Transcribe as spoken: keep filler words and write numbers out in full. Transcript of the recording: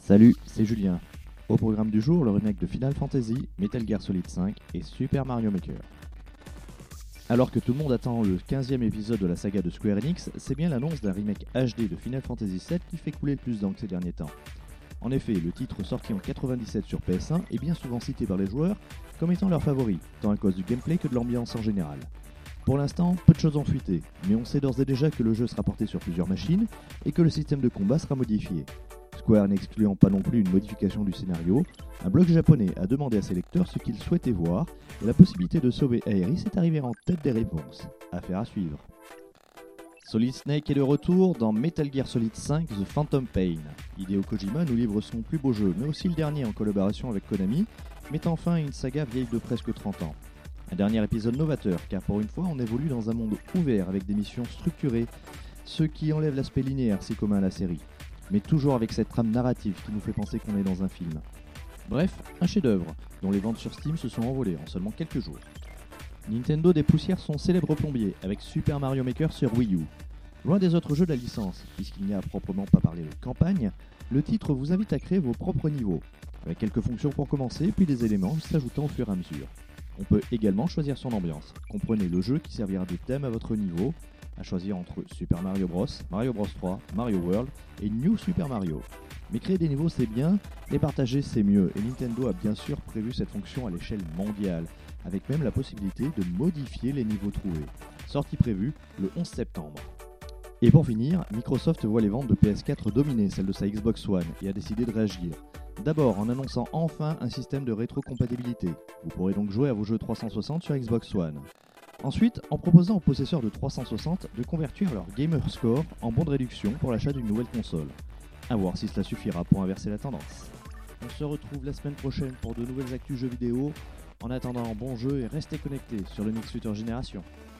Salut, c'est Julien. Au programme du jour, le remake de Final Fantasy, Metal Gear Solid cinq et Super Mario Maker. Alors que tout le monde attend le quinzième épisode de la saga de Square Enix, c'est bien l'annonce d'un remake H D de Final Fantasy sept qui fait couler le plus d'encre ces derniers temps. En effet, le titre sorti en quatre-vingt-dix-sept sur P S un est bien souvent cité par les joueurs comme étant leur favori, tant à cause du gameplay que de l'ambiance en général. Pour l'instant, peu de choses ont fuité, mais on sait d'ores et déjà que le jeu sera porté sur plusieurs machines et que le système de combat sera modifié. Square n'excluant pas non plus une modification du scénario, un blog japonais a demandé à ses lecteurs ce qu'ils souhaitaient voir et la possibilité de sauver Aeris est arrivée en tête des réponses. Affaire à suivre. Solid Snake est de retour dans Metal Gear Solid cinq The Phantom Pain. Hideo Kojima nous livre son plus beau jeu, mais aussi le dernier en collaboration avec Konami, mettant fin à une saga vieille de presque trente ans. Un dernier épisode novateur, car pour une fois on évolue dans un monde ouvert avec des missions structurées, ce qui enlève l'aspect linéaire si commun à la série, mais toujours avec cette trame narrative qui nous fait penser qu'on est dans un film. Bref, un chef-d'œuvre, dont les ventes sur Steam se sont envolées en seulement quelques jours. Nintendo dépoussière son célèbre plombier avec Super Mario Maker sur Wii U. Loin des autres jeux de la licence, puisqu'il n'y a à proprement pas parlé de campagne, le titre vous invite à créer vos propres niveaux, avec quelques fonctions pour commencer, puis des éléments s'ajoutant au fur et à mesure. On peut également choisir son ambiance. Comprenez le jeu qui servira de thème à votre niveau, à choisir entre Super Mario Bros, Mario Bros trois, Mario World et New Super Mario. Mais créer des niveaux c'est bien, les partager c'est mieux, et Nintendo a bien sûr prévu cette fonction à l'échelle mondiale, avec même la possibilité de modifier les niveaux trouvés. Sortie prévue le onze septembre. Et pour finir, Microsoft voit les ventes de P S quatre dominer celles de sa Xbox One et a décidé de réagir. D'abord en annonçant enfin un système de rétrocompatibilité. Vous pourrez donc jouer à vos jeux trois cent soixante sur Xbox One. Ensuite, en proposant aux possesseurs de trois cent soixante de convertir leur Gamer Score en bon de réduction pour l'achat d'une nouvelle console. A voir si cela suffira pour inverser la tendance. On se retrouve la semaine prochaine pour de nouvelles actus jeux vidéo. En attendant, bon jeu et restez connectés sur le Mix Future Génération.